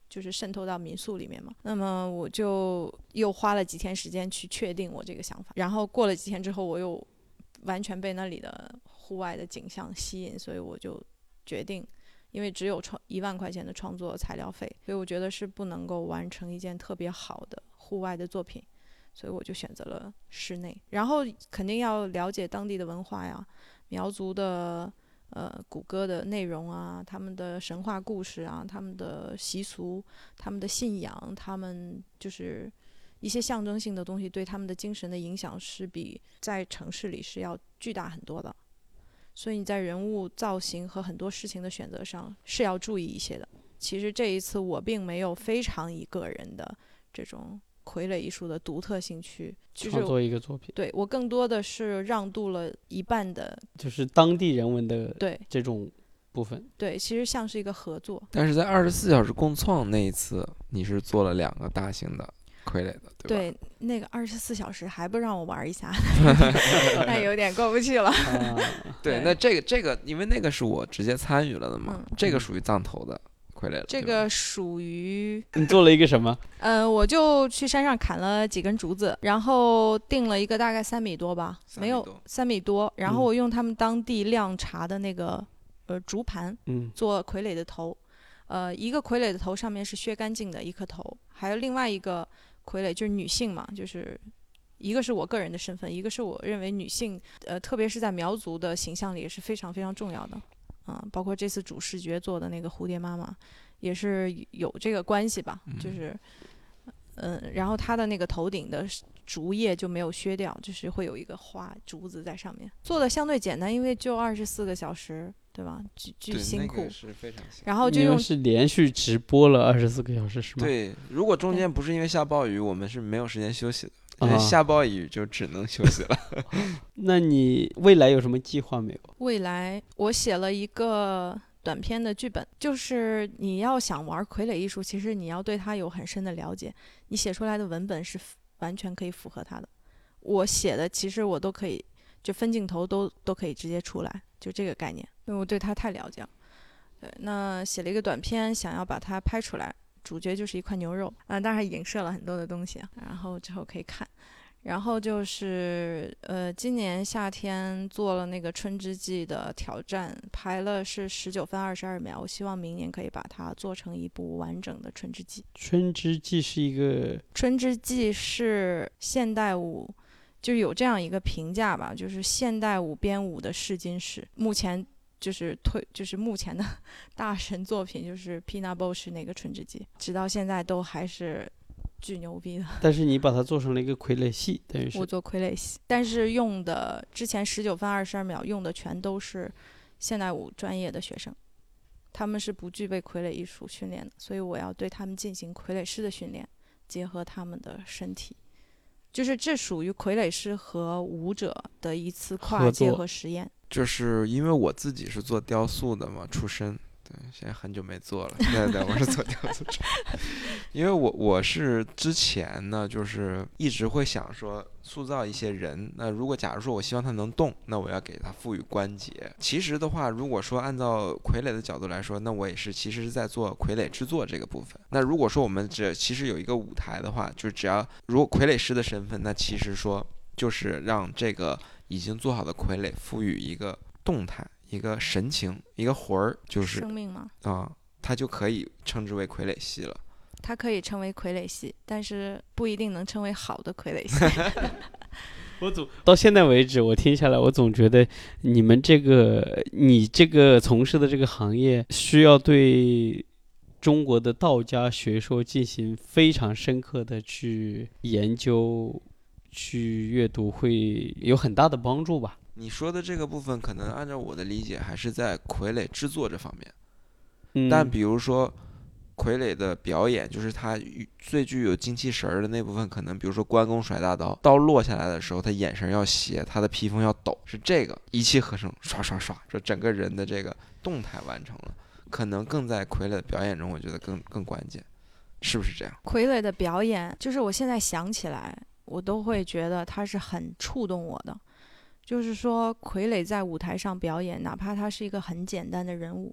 就是渗透到民宿里面嘛。那么我就又花了几天时间去确定我这个想法，然后过了几天之后，我又完全被那里的户外的景象吸引，所以我就决定，因为只有创一万块钱的创作材料费，所以我觉得是不能够完成一件特别好的户外的作品，所以我就选择了室内。然后肯定要了解当地的文化呀，苗族的呃古歌的内容啊，他们的神话故事啊，他们的习俗，他们的信仰，他们就是一些象征性的东西对他们的精神的影响是比在城市里是要巨大很多的。所以你在人物造型和很多事情的选择上是要注意一些的。其实这一次我并没有非常以个人的这种傀儡艺术的独特性去创作一个作品， 对，我更多的是让渡了一半的， 就是当地人文的对这种部分。 对，其实像是一个合作。 但是在二十四小时共创那一次，你是做了两个大型的傀儡的，对吧？ 对，那个二十四小时还不让我玩一下，那有点过不去了。 啊、 对，那这个这个，因为那个是我直接参与了的嘛， 嗯、 这个属于藏头的傀儡了。 这个属于你做了一个什么？ 嗯、呃，我就去山上砍了几根竹子，然后定了一个大概三米多吧，没有三米多，然后我用他们当地酿茶的那个呃竹盘， 嗯， 做傀儡的头。呃，一个傀儡的头上面是削干净的一颗头，还有另外一个傀儡就是女性嘛，就是一个是我个人的身份，一个是我认为女性，呃，特别是在苗族的形象里也是非常非常重要的，啊、呃，包括这次主视觉做的那个蝴蝶妈妈，也是有这个关系吧，就是，嗯、呃，然后它的那个头顶的竹叶就没有削掉，就是会有一个花竹子在上面，做的相对简单，因为就二十四个小时。对吧？巨巨辛苦， 那个、是非常辛苦。 然后就用是连续直播了二十四个小时，是吗？ 对，如果中间不是因为下暴雨，我们是没有时间休息的。因为下暴雨就只能休息了。 那你未来有什么计划没有？ 未来我写了一个短篇的剧本，就是你要想玩傀儡艺术，其实你要对它有很深的了解，你写出来的文本是完全可以符合它的。我写的其实我都可以，就分镜头都都可以直接出来，就这个概念，因为我对它太了解了。对，那写了一个短片，想要把它拍出来，主角就是一块牛肉啊、呃，当然影射了很多的东西啊，然后之后可以看。然后就是呃，今年夏天做了那个春之祭的挑战，排了是十九分二十二秒，我希望明年可以把它做成一部完整的春之祭。 春之祭是一个春之祭是现代舞，就有这样一个评价吧，就是现代舞编舞的试金石。目前就是推就是目前的大神作品就是 Pina Bausch 那个春之祭，直到现在都还是巨牛逼的。 但是你把它做成了一个傀儡戏，等于是我做傀儡戏，但是用的之前十九分二十二秒用的全都是现代舞专业的学生，他们是不具备傀儡艺术训练的，所以我要对他们进行傀儡师的训练，结合他们的身体，就是这属于傀儡师和舞者的一次跨界和实验。 就是因为我自己是做雕塑的嘛，出身。对，现在很久没做了。对对，我是做雕塑出身。因为我我是之前呢，就是一直会想说塑造一些人。那如果假如说我希望他能动，那我要给他赋予关节。其实的话，如果说按照傀儡的角度来说，那我也是其实是在做傀儡制作这个部分。那如果说我们这其实有一个舞台的话，就是只要如果傀儡师的身份，那其实说就是让这个已经做好的傀儡赋予一个动态。一个神情，一个魂儿，就是生命吗？ 啊、呃，它就可以称之为傀儡戏了。 它可以称为傀儡戏，但是不一定能称为好的傀儡戏。 我总到现在为止，我听下来，我总觉得你们这个你这个从事的这个行业，需要对中国的道家学说进行非常深刻的去研究、去阅读，会有很大的帮助吧。 你说的这个部分，可能按照我的理解，还是在傀儡制作这方面。 嗯、 但比如说傀儡的表演，就是它最具有精气神儿的那部分，可能比如说关公甩大刀，刀落下来的时候，他眼神要斜，他的披风要抖，是这个一气呵成，刷刷刷，说整个人的这个动态完成了，可能更在傀儡的表演中，我觉得更更关键，是不是这样？ 傀儡的表演，就是我现在想起来，我都会觉得它是很触动我的。就是说，傀儡在舞台上表演，哪怕他是一个很简单的人物，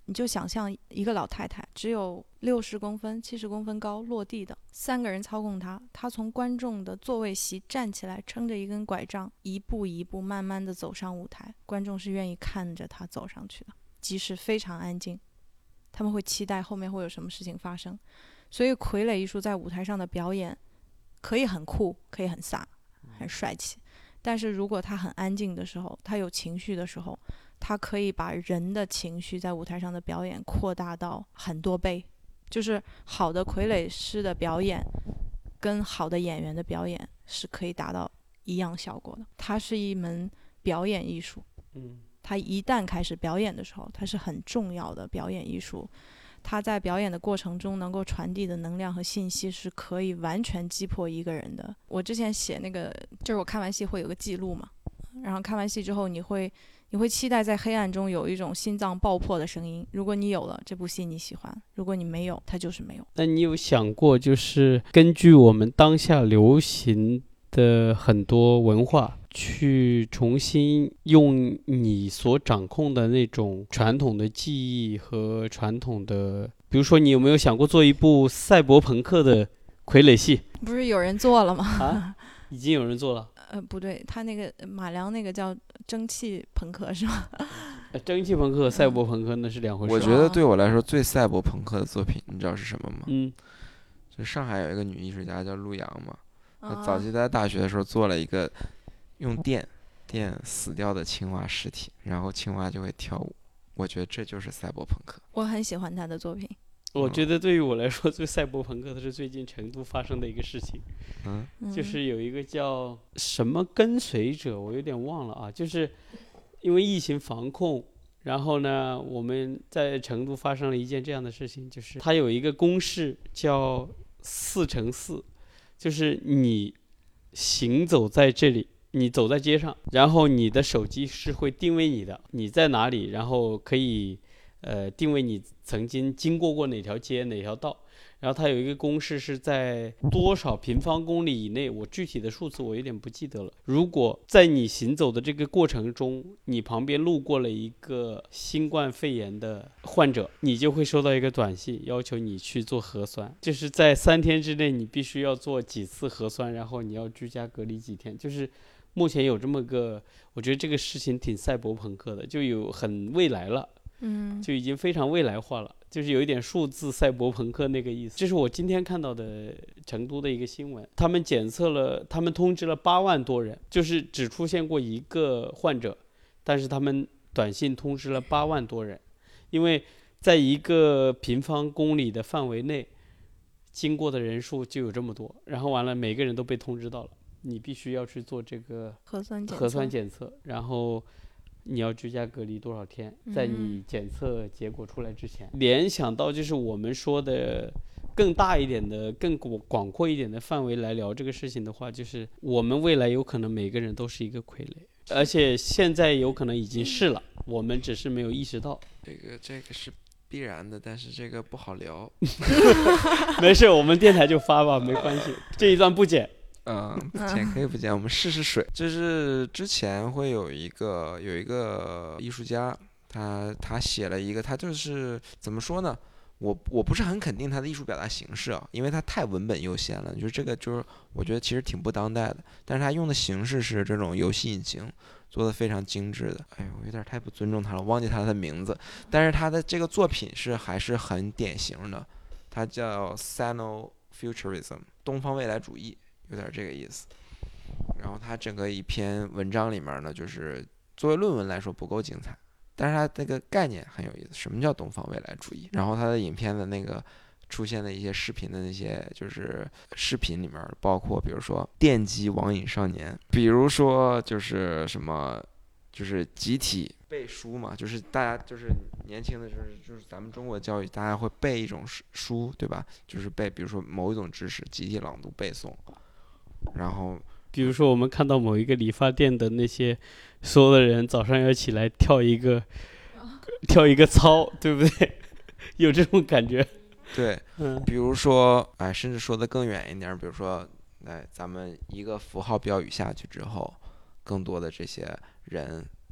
你就想象一个老太太只有六十公分、七十公分高，落地的，三个人操控她，她从观众的座位席站起来，撑着一根拐杖，一步一步慢慢的走上舞台，观众是愿意看着她走上去的，即使非常安静，他们会期待后面会有什么事情发生。所以傀儡艺术在舞台上的表演可以很酷，可以很飒，很帅气，但是如果他很安静的时候，他有情绪的时候，他可以把人的情绪在舞台上的表演扩大到很多倍。就是好的傀儡师的表演跟好的演员的表演是可以达到一样效果的。它是一门表演艺术， 嗯， 它一旦开始表演的时候，它是很重要的表演艺术。他在表演的过程中能够传递的能量和信息是可以完全击破一个人的。我之前写那个，就是我看完戏会有个记录嘛，然后看完戏之后你会你会期待在黑暗中有一种心脏爆破的声音，如果你有了，这部戏你喜欢；如果你没有，它就是没有。 那你有想过，就是根据我们当下流行的很多文化，去重新用你所掌控的那种传统的记忆和传统的，比如说你有没有想过做一部赛博朋克的傀儡戏？ 不是有人做了吗？ 啊，已经有人做了。 呃，不对，他那个马良那个叫蒸汽朋克是吗？ 呃蒸汽朋克和赛博朋克那是两回事。 我觉得对我来说最赛博朋克的作品，你知道是什么吗？ 嗯， 就上海有一个女艺术家叫陆阳嘛，她啊早期在大学的时候做了一个用电电死掉的青蛙尸体，然后青蛙就会跳舞。我觉得这就是赛博朋克。 我很喜欢他的作品。 我觉得对于我来说最赛博朋克的是最近成都发生的一个事情， 嗯， 就是有一个叫什么跟随者，我有点忘了啊，就是因为疫情防控，然后呢我们在成都发生了一件这样的事情，就是它有一个公式叫四乘四，就是你行走在这里，你走在街上，然后你的手机是会定位你的，你在哪里，然后可以呃定位你曾经经过过哪条街哪条道，然后它有一个公式是在多少平方公里以内，我具体的数字我有点不记得了。如果在你行走的这个过程中，你旁边路过了一个新冠肺炎的患者，你就会收到一个短信，要求你去做核酸，就是在三天之内你必须要做几次核酸，然后你要居家隔离几天。就是目前有这么个，我觉得这个事情挺赛博朋克的，就有很未来了。 嗯， 就已经非常未来化了，就是有一点数字赛博朋克那个意思。这是我今天看到的成都的一个新闻，他们检测了，他们通知了八万多人，就是只出现过一个患者，但是他们短信通知了八万多人，因为在一个平方公里的范围内，经过的人数就有这么多，然后完了每个人都被通知到了，你必须要去做这个核酸检测核酸检测，然后你要居家隔离多少天，在你检测结果出来之前。嗯、联想到就是我们说的更大一点的、更广阔一点的范围来聊这个事情的话，就是我们未来有可能每个人都是一个傀儡，而且现在有可能已经是了，我们只是没有意识到。 这个这个是必然的，但是这个不好聊。 没事，我们电台就发吧，没关系，这一段不剪。 嗯，不剪可以不剪，我们试试水。就是之前会有一个有一个艺术家，他他写了一个，他就是怎么说呢？我我不是很肯定他的艺术表达形式啊，因为他太文本优先了。就是这个就是我觉得其实挺不当代的，但是他用的形式是这种游戏引擎，做的非常精致的。哎呦，我有点太不尊重他了，忘记他的名字。但是他的这个作品是还是很典型的，他叫 Sino-Futurism 东方未来主义。有点这个意思，然后他整个一篇文章里面呢，就是作为论文来说不够精彩，但是他这个概念很有意思。什么叫东方未来主义？然后他的影片的那个出现的一些视频的那些就是视频里面，包括比如说电击网瘾少年，比如说就是什么，就是集体背书嘛，就是大家就是年轻的就是就是咱们中国教育，大家会背一种书，对吧？就是背，比如说某一种知识，集体朗读背诵。然后比如说我们看到某一个理发店的那些所有的人早上要起来跳一个、哦、跳一个操，对不对？有这种感觉。 对，嗯，比如说哎，甚至说的更远一点，比如说哎，咱们一个符号标语下去之后，更多的这些人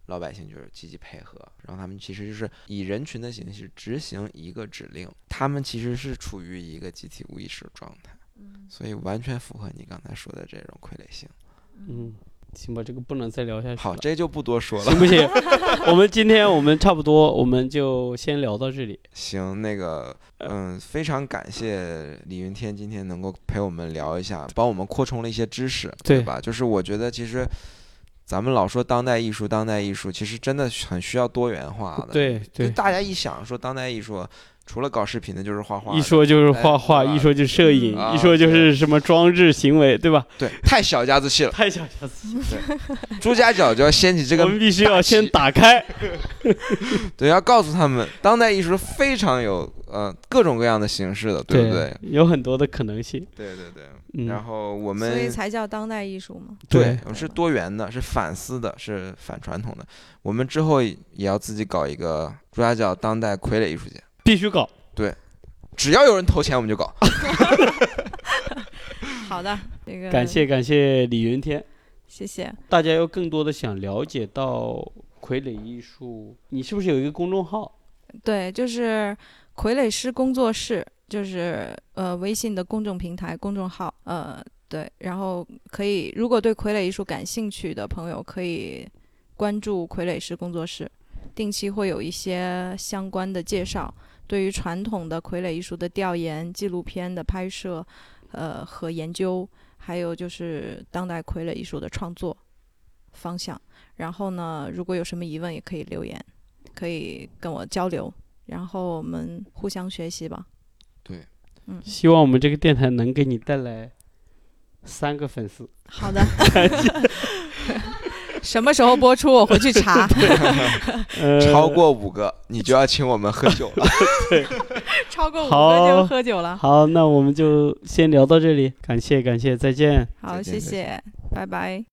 老百姓就是积极配合，然后他们其实就是以人群的形式执行一个指令，他们其实是处于一个集体无意识的状态，所以完全符合你刚才说的这种傀儡性。 嗯，行吧，这个不能再聊下去了。 好，这就不多说了， 行不行？我们今天我们差不多，我们就先聊到这里。 行，那个，嗯，非常感谢李云天今天能够陪我们聊一下，帮我们扩充了一些知识，对吧？就是我觉得其实咱们老说当代艺术，当代艺术其实真的很需要多元化的。 对对， 就大家一想说当代艺术，除了搞视频的，就是画画， 一说就是画画，一说就是摄影， 啊、 一说就是什么装置行为，对吧？ 对，太小家子气了， 太小家子气。 对，朱家角就要掀起这个， 我们必须要先打开。 对，要告诉他们，当代艺术非常有呃各种各样的形式的，对不对？ 有很多的可能性。 对对对。 嗯、 然后我们所以才叫当代艺术嘛。 对，我们是多元的，是反思的，是反传统的。我们之后也要自己搞一个朱家角当代傀儡艺术节， 必须搞。 对，只要有人投钱，我们就搞。 好的，这个感谢感谢李云天， 谢谢。 大家要更多的想了解到傀儡艺术，你是不是有一个公众号？ 对，就是傀儡师工作室。就是呃微信的公众平台公众号，呃对，然后可以如果对傀儡艺术感兴趣的朋友可以关注傀儡师工作室，定期会有一些相关的介绍，对于传统的傀儡艺术的调研、纪录片的拍摄，呃和研究，还有就是当代傀儡艺术的创作方向。然后呢，如果有什么疑问也可以留言，可以跟我交流，然后我们互相学习吧。 对， 嗯， 希望我们这个电台能给你带来三个粉丝。 好的。什么时候播出？我回去查。 超过五个，你就要请我们喝酒了。 对， 超过五个就喝酒了。 好，那我们就先聊到这里，感谢感谢，再见。 好，谢谢，拜拜。